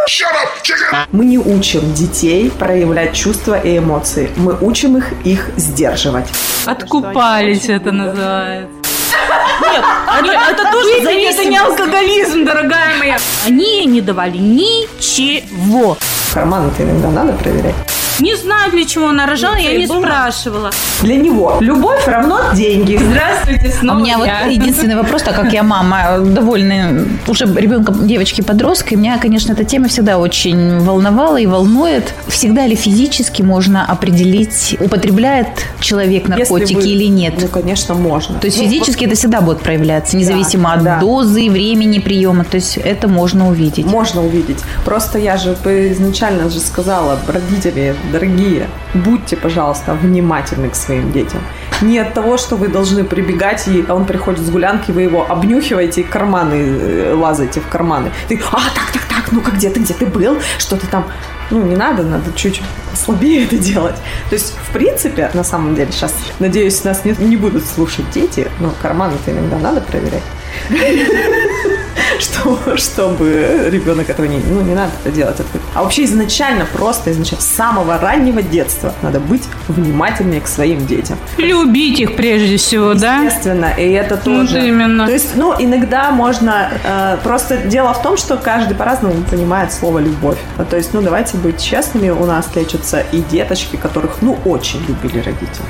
Мы не учим детей проявлять чувства и эмоции. Мы учим их сдерживать. Откупались это называется. Нет, это тоже зависимость. Это не алкоголизм, дорогая моя. Они не давали ничего. Карманы-то иногда надо проверять. Не знаю, для чего она рожала, я не спрашивала. Для него любовь равно деньги. Здравствуйте, снова У меня вот единственный вопрос, так как я мама довольно уже ребенком, девочки-подростка, меня, конечно, эта тема всегда очень волновала и волнует. Всегда ли физически можно определить, употребляет человек наркотики или нет? Ну, конечно, можно. То есть физически это всегда будет проявляться, независимо от дозы, времени приема. То есть это можно увидеть. Можно увидеть. Просто я же изначально сказала, родители, дорогие, будьте, пожалуйста, внимательны к своим детям. Не от того, что вы должны прибегать, и он приходит с гулянки, вы его обнюхиваете, и карманы, лазаете в карманы. Ты, так, ну-ка, где ты был? Что ты там? Ну, не надо чуть слабее это делать. То есть, в принципе, на самом деле, сейчас, надеюсь, нас не будут слушать дети, но карманы-то иногда надо проверять. Чтобы ребенок этого не надо это делать. А вообще изначально, с самого раннего детства надо быть внимательнее к своим детям. Любить их прежде всего, да? Естественно, и это тоже. Вот именно. То есть, иногда можно... просто дело в том, что каждый по-разному понимает слово «любовь». То есть, давайте быть честными, у нас лечатся и деточки, которых, очень любили родители.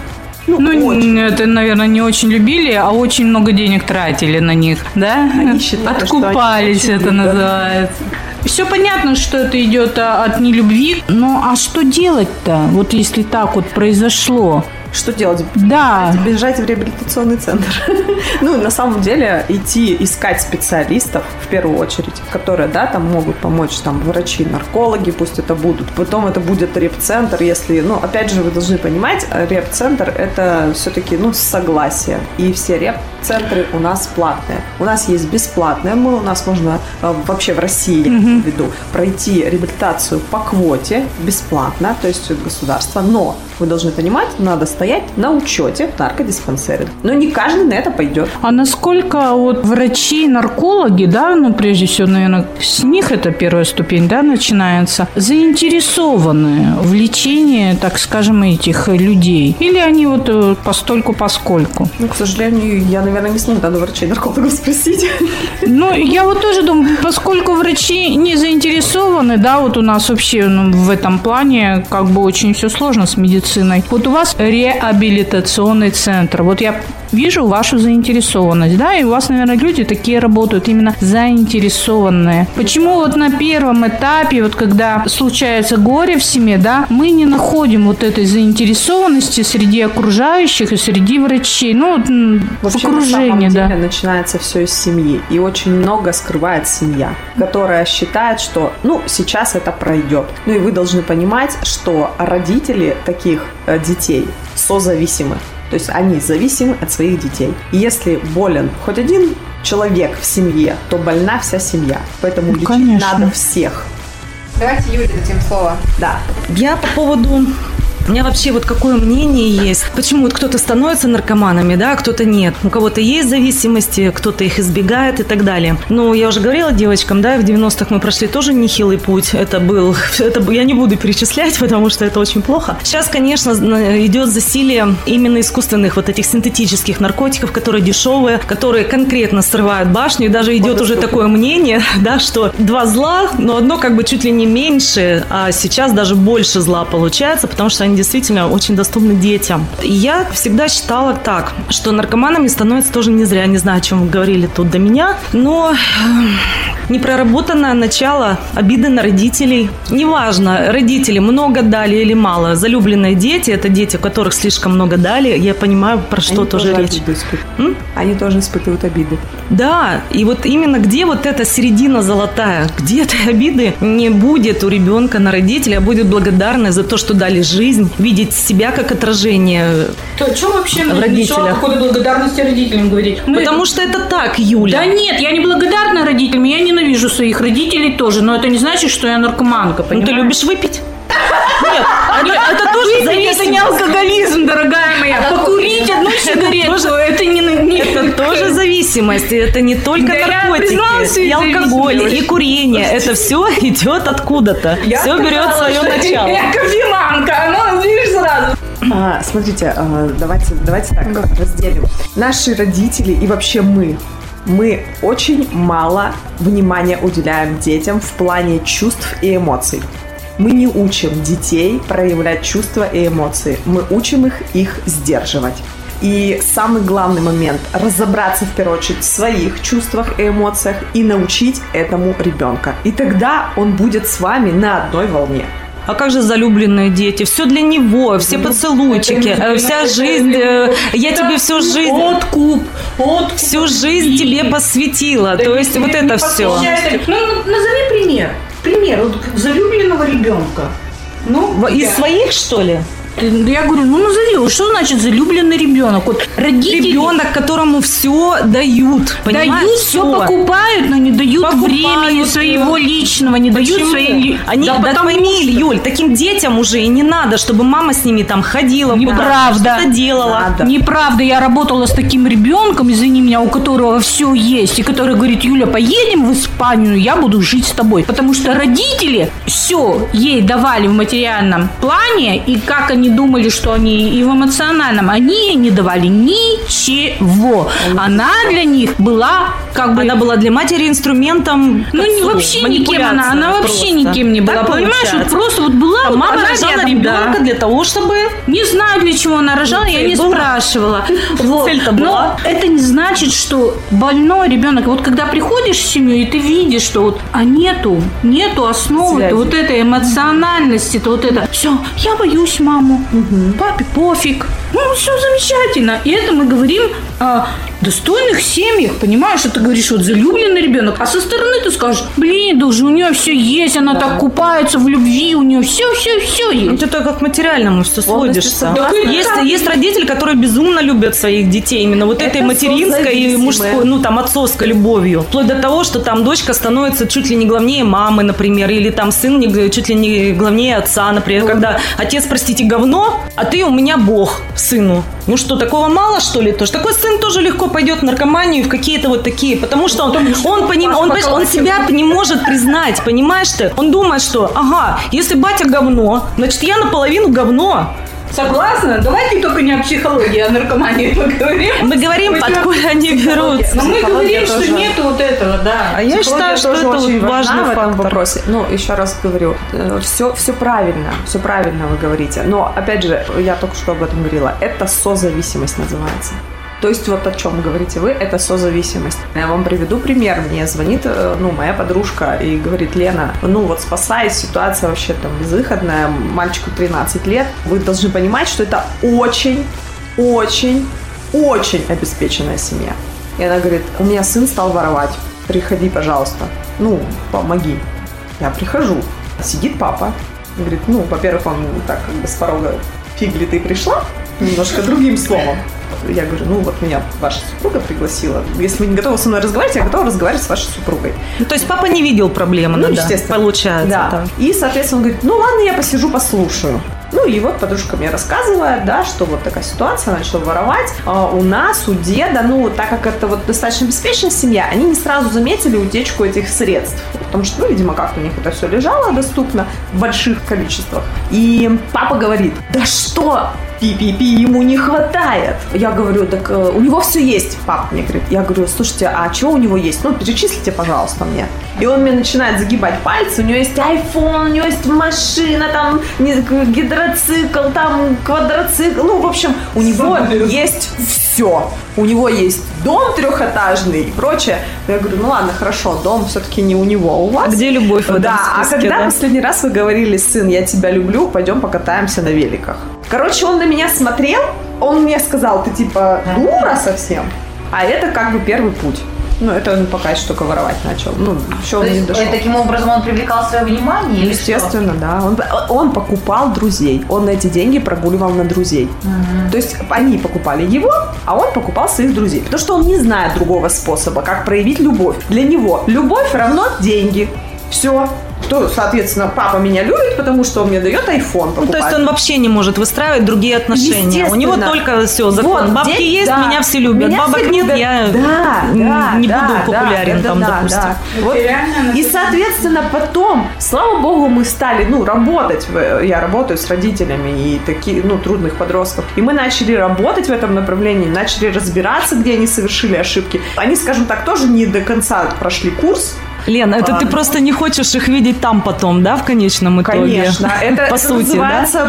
Это, наверное, не очень любили, а очень много денег тратили на них, да? Они считали, откупались, это называется. Все понятно, что это идет от нелюбви, а что делать-то, вот если так вот произошло? Что делать? Да. Бежать в реабилитационный центр. На самом деле, искать специалистов, в первую очередь, которые, там могут помочь, врачи, наркологи, пусть это будут. Потом это будет реп-центр, если, опять же, вы должны понимать, реп-центр – это все-таки, согласие. И все реп-центры у нас платные. У нас есть бесплатные, у нас можно вообще в России, я имею в виду, пройти реабилитацию по квоте бесплатно, то есть государство, но вы должны понимать, надо стоять на учете в наркодиспансере. Но не каждый на это пойдет. А насколько врачи, наркологи, прежде всего, наверное, с них это первая ступень, начинается, заинтересованы в лечении, так скажем, этих людей? Или они постольку-поскольку? К сожалению, я, наверное, не смогу, надо врачей, наркологов спросить. Я тоже думаю, поскольку врачи не заинтересованы, у нас вообще в этом плане очень все сложно с медициной. У вас реабилитационный центр. Я вижу вашу заинтересованность, и у вас, наверное, люди такие работают, именно заинтересованные. Почему на первом этапе, когда случается горе в семье, мы не находим этой заинтересованности среди окружающих и среди врачей, в окружении, на самом деле начинается все из семьи, и очень много скрывает семья, которая считает, что, сейчас это пройдет. И вы должны понимать, что родители таких детей созависимы. То есть они зависимы от своих детей. И если болен хоть один человек в семье, то больна вся семья. Поэтому лечить надо всех. Давайте Юле дадим слово. Да. Я по поводу... У меня вообще какое мнение есть. Почему кто-то становится наркоманами, а кто-то нет. У кого-то есть зависимости, кто-то их избегает и так далее. Я уже говорила девочкам, в 90-х мы прошли тоже нехилый путь. Я не буду перечислять, потому что это очень плохо. Сейчас, конечно, идет засилие именно искусственных этих синтетических наркотиков, которые дешевые, которые конкретно срывают башню. И даже идет уже такое мнение, что два зла, но одно чуть ли не меньше, а сейчас даже больше зла получается, потому что они действительно очень доступны детям. И я всегда считала так, что наркоманами становятся тоже не зря. Не знаю, о чем вы говорили тут до меня, но непроработанное начало обиды на родителей. Неважно, родители много дали или мало. Залюбленные дети – это дети, у которых слишком много дали. Я понимаю, про что тоже речь. Они тоже испытывают обиды. Да, и именно где эта середина золотая, где этой обиды не будет у ребенка на родителей, а будет благодарность за то, что дали жизнь, видеть себя как отражение то что вообще в родителях. Какой благодарности родителям говорить? Потому что это так, Юля. Да нет, я не благодарна родителям, я ненавижу своих родителей тоже, но это не значит, что я наркоманка, понимаешь? Ты любишь выпить? Нет, Это тоже зависимость. Это не алкоголизм, дорогая моя. Покурить одну сигарету, это не... Это тоже зависимость. Это не только наркотики, и алкоголь, и курение. Это все идет откуда-то. Все берет свое начало. Я кофеманка, ну, видишь сразу. Смотрите, давайте так разделим. Наши родители и вообще мы очень мало внимания уделяем детям в плане чувств и эмоций. Мы не учим детей проявлять чувства и эмоции. Мы учим их сдерживать. И самый главный момент – разобраться в первую очередь в своих чувствах и эмоциях и научить этому ребенка. И тогда он будет с вами на одной волне. А как же залюбленные дети? Все для него, все поцелуйчики, вся жизнь, я тебе всю жизнь... Откуп. Всю жизнь тебе посвятила. То есть вот это все. Ну, назови пример. Пример вот залюбленного ребенка. Ну, из своих, что ли? Я говорю, ну назови, вот что значит залюбленный ребенок? Вот родители... Ребенок, которому все дают, понимаешь? Дают, все покупают, но не дают времени своего личного, не дают своей... Пойми, Юль, таким детям уже и не надо, чтобы мама с ними там ходила, неправда, что-то делала. Неправда, я работала с таким ребенком, извини меня, у которого все есть, и который говорит, Юля, поедем в Испанию, я буду жить с тобой. Потому что родители все ей давали в материальном плане, и как они думали, что они и в эмоциональном, они ей не давали ничего. Она для них была как бы... Она была для матери инструментом... Ну, вообще никем она вообще никем не была. Так понимаешь, вот просто вот была... А мама рожала ребенка для того, чтобы... Не знаю, для чего она рожала, я не спрашивала. Цель-то была. Но это не значит, что больной ребенок... Вот когда приходишь в семью, и ты видишь, что вот нету основы вот этой эмоциональности, вот это... Все, я боюсь маму. Папе пофиг. Ну, все замечательно. И это мы говорим о достойных семьях, понимаешь? Что ты говоришь, вот залюбленный ребенок. А со стороны ты скажешь, блин, да уже у нее все есть, она так купается в любви, у нее все есть. Ты только к материальному все сводишься. Есть родители, которые безумно любят своих детей. Именно вот этой материнской и мужской, ну, там, отцовской любовью. Вплоть до того, что там дочка становится чуть ли не главнее мамы, например, или там сын чуть ли не главнее отца, например. Когда отец, простите, говно, а ты у меня бог сыну. Ну что, такого мало, что ли? Тоже такой сын тоже легко пойдет в наркоманию и в какие-то вот такие, потому что он себя не может признать, понимаешь ты? Он думает, что, если батя говно, значит, я наполовину говно. Согласна? Давайте только не о психологии, а о наркомании поговорим. Мы говорим, откуда они берутся. Но мы говорим, что нету вот этого, да. А я считаю, что это очень важный в этом фактор. вопросе. Ну, еще раз говорю, все правильно вы говорите. Но, опять же, я только что об этом говорила, это созависимость называется. То есть вот о чем говорите вы, это созависимость. Я вам приведу пример. Мне звонит моя подружка и говорит: Лена, спасай, ситуация вообще там безвыходная, мальчику 13 лет. Вы должны понимать, что это очень обеспеченная семья. И она говорит: у меня сын стал воровать, приходи, пожалуйста, помоги. Я прихожу, сидит папа, говорит, во-первых, он так как бы с порога: фигли ты пришла, немножко другим словом. Я говорю, меня ваша супруга пригласила. Если вы не готовы со мной разговаривать, я готова разговаривать с вашей супругой. То есть папа не видел проблемы, естественно. Получается. Да. Так. И, соответственно, он говорит, ладно, я посижу, послушаю. И вот подружка мне рассказывает, что вот такая ситуация, начала воровать. У нас, у деда, так как это вот достаточно обеспеченная семья, они не сразу заметили утечку этих средств. Потому что, видимо, как-то у них это все лежало доступно в больших количествах. И папа говорит: да что? Ему не хватает. Я говорю, так у него все есть. Папа мне говорит. Я говорю, слушайте, а что у него есть? Перечислите, пожалуйста, мне. И он мне начинает загибать пальцы. У него есть iPhone, у него есть машина, там гидроцикл, там квадроцикл. В общем, у него есть все. У него есть дом трехэтажный и прочее. Я говорю, ладно, хорошо, дом все-таки не у него, а у вас. А где любовь в этом списке, а когда последний раз вы говорили: сын, я тебя люблю, пойдем покатаемся на великах? Короче, он на меня смотрел, он мне сказал: ты типа дура совсем? А это как бы первый путь. Это он пока еще только воровать начал. Еще он не дошел. Таким образом он привлекал свое внимание? Естественно, да. Он покупал друзей. Он эти деньги прогуливал на друзей. То есть они покупали его, а он покупал своих друзей. Потому что он не знает другого способа, как проявить любовь. Для него любовь равно деньги. Все. что, соответственно, папа меня любит, потому что он мне дает iPhone покупать. То есть он вообще не может выстраивать другие отношения. У него только все, закон. Вот, бабки есть, да. меня все любят. Меня Бабок все нет, любят. я не буду популярен там, допустим. Да. Вот. И, соответственно, потом, слава богу, мы стали, работать. Я работаю с родителями и такие, трудных подростков. И мы начали работать в этом направлении, начали разбираться, где они совершили ошибки. Они, скажем так, тоже не до конца прошли курс. Лена, это ты просто не хочешь их видеть там потом, да, в конечном итоге? Конечно. Это по сути, называется...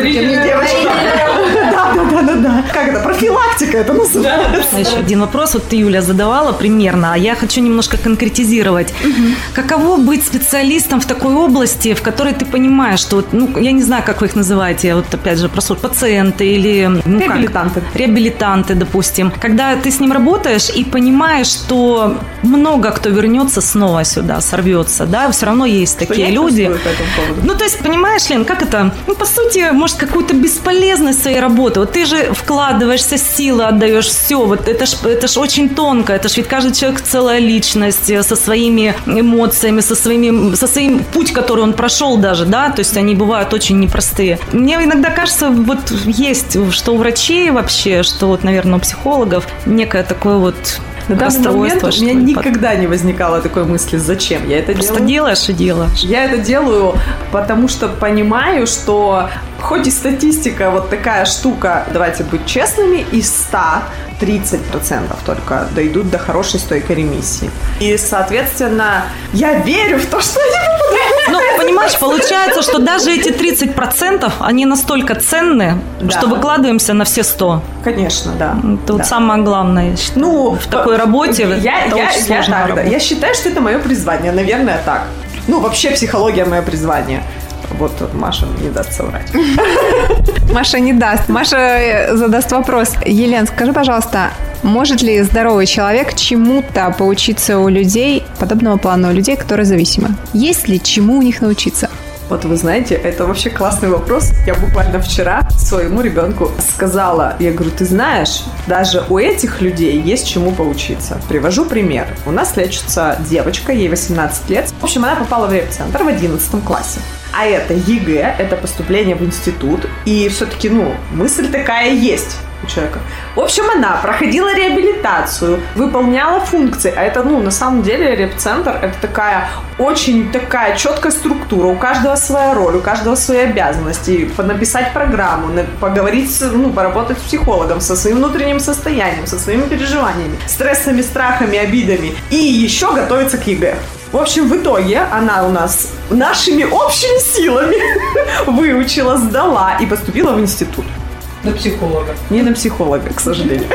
Да. Как это? Профилактика это называется. Еще один вопрос. Вот ты, Юля, задавала примерно, а я хочу немножко конкретизировать. Каково быть специалистом в такой области, в которой ты понимаешь, что, я не знаю, как вы их называете, вот опять же, пациенты или... Реабилитанты, допустим. Когда ты с ним работаешь и понимаешь, что много кто вернется снова сюда, сорвется, да, все равно есть такие люди. То есть, понимаешь, Лен, как это, по сути, может, какую-то бесполезность своей работы. Вот ты же вкладываешься, силы отдаешь, все, вот это ж очень тонко, это ж ведь каждый человек целая личность со своими эмоциями, со своим путь, который он прошел даже, да, то есть они бывают очень непростые. Мне иногда кажется, вот есть, что у врачей вообще, что вот, наверное, у психологов некое такое вот на данный момент у меня никогда не возникало такой мысли, зачем я это делаю. Просто делаешь и делаешь. Я это делаю, потому что понимаю, что хоть и статистика вот такая штука, давайте быть честными, из 100 30% только дойдут до хорошей стойкой ремиссии. И, соответственно, я верю в то, что они понимаешь, получается, что даже эти 30%, они настолько ценны, что выкладываемся на все 100. Конечно, да. Это вот самое главное, я считаю, в такой работе. Это очень сложная работа. Я считаю, что это мое призвание, наверное, так. Вообще психология мое призвание. Вот Маша не даст соврать. Маша не даст. Маша задаст вопрос. Елена, скажи, пожалуйста, может ли здоровый человек чему-то поучиться у людей подобного плана, у людей, которые зависимы? Есть ли чему у них научиться? Вот вы знаете, это вообще классный вопрос. Я буквально вчера своему ребенку сказала, я говорю, ты знаешь, даже у этих людей есть чему поучиться. Привожу пример. У нас лечится девочка, ей 18 лет. В общем, она попала в реп-центр в 11 классе. А это ЕГЭ, это поступление в институт. И все-таки, мысль такая есть у человека. В общем, она проходила реабилитацию, выполняла функции. А это, на самом деле, реп-центр – это очень такая четкая структура. У каждого своя роль, у каждого свои обязанности. Написать программу, поговорить, поработать с психологом, со своим внутренним состоянием, со своими переживаниями, стрессами, страхами, обидами. И еще готовиться к ЕГЭ. В общем, в итоге она у нас нашими общими силами выучила, сдала и поступила в институт. На психолога. Не на психолога, к сожалению.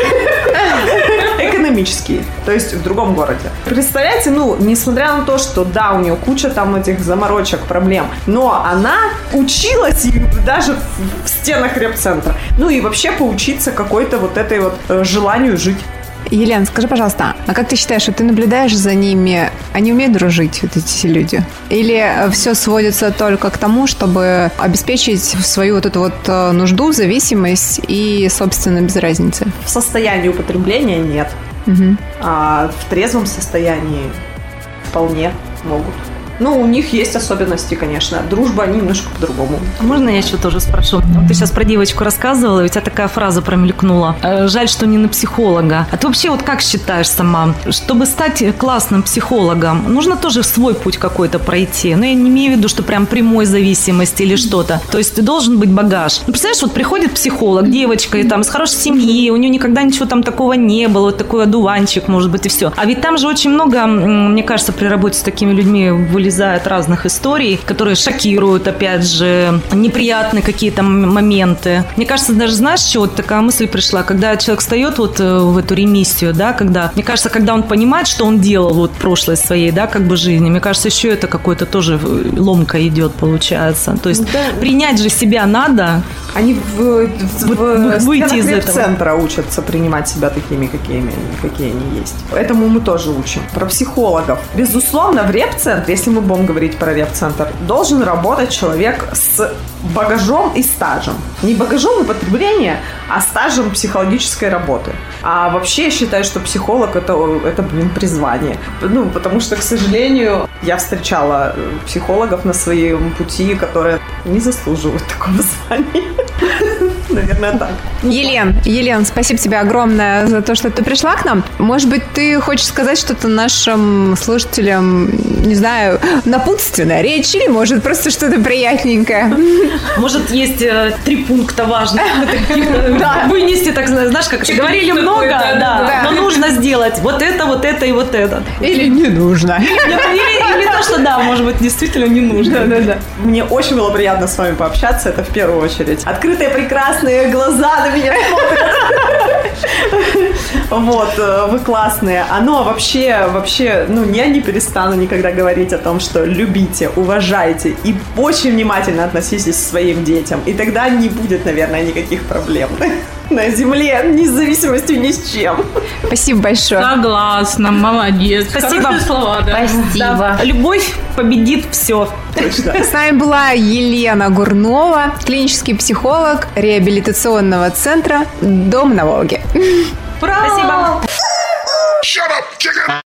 Экономический, то есть в другом городе. Представляете, несмотря на то, что да, у нее куча там этих заморочек, проблем, но она училась даже в стенах реп-центра. И вообще поучиться какой-то вот этой вот желанию жить. Елена, скажи, пожалуйста, а как ты считаешь, ты наблюдаешь за ними, они умеют дружить, вот эти люди? Или все сводится только к тому, чтобы обеспечить свою вот эту вот нужду, зависимость и, собственно, без разницы? В состоянии употребления нет. Угу. А в трезвом состоянии вполне могут. У них есть особенности, конечно. Дружба, они немножко по-другому. Можно я еще тоже спрошу? Вот ты сейчас про девочку рассказывала, и у тебя такая фраза промелькнула. Жаль, что не на психолога. А ты вообще вот как считаешь сама? Чтобы стать классным психологом, нужно тоже свой путь какой-то пройти. Я не имею в виду, что прям прямой зависимости или что-то. То есть должен быть багаж. Представляешь, вот приходит психолог, девочка и там из хорошей семьи, у нее никогда ничего там такого не было, вот такой одуванчик, может быть, и все. А ведь там же очень много, мне кажется, при работе с такими людьми вылезает разных историй, которые шокируют, опять же, неприятные какие-то моменты. Мне кажется, даже, знаешь, что вот такая мысль пришла, когда человек встает вот в эту ремиссию, да, мне кажется, когда он понимает, что он делал вот в прошлой своей, да, жизни, мне кажется, еще это какой-то тоже ломка идет, получается. То есть принять же себя надо, Они выйти из этого. центра учатся принимать себя такими, какие они есть. Этому мы тоже учим. Про психологов. Безусловно, в реп-центре, если мы будем говорить про реп-центр, должен работать человек с багажом и стажем. Не багажом употребления, а стажем психологической работы. А вообще я считаю, что психолог это призвание. Ну, потому что, к сожалению, я встречала психологов на своем пути, которые не заслуживают такого звания. Наверное, так. Елен, спасибо тебе огромное за то, что ты пришла к нам. Может быть, ты хочешь сказать что-то нашим слушателям, не знаю, напутственная речь или, может, просто что-то приятненькое? Может, есть 3 пункта важных вынести, так знаешь, как говорили много, но нужно сделать вот это и вот это. Или не нужно. Или то, что да, может быть, действительно не нужно. Да. Мне очень было приятно с вами пообщаться, это в первую очередь. Открытые прекрасные глаза на меня смотрят. Вот, вы классные. Оно вообще, я не перестану никогда говорить о том, что любите, уважайте и очень внимательно относитесь к своим детям. И тогда не будет, наверное, никаких проблем на земле, ни с зависимостью ни с чем. Спасибо большое. Согласна, молодец. Спасибо. Хорошие слова, да. Спасибо. Да. Любовь победит все. Точно. С нами была Елена Гурнова, клинический психолог реабилитационного центра «Дом на Волге». Спасибо. Shut up, chicken!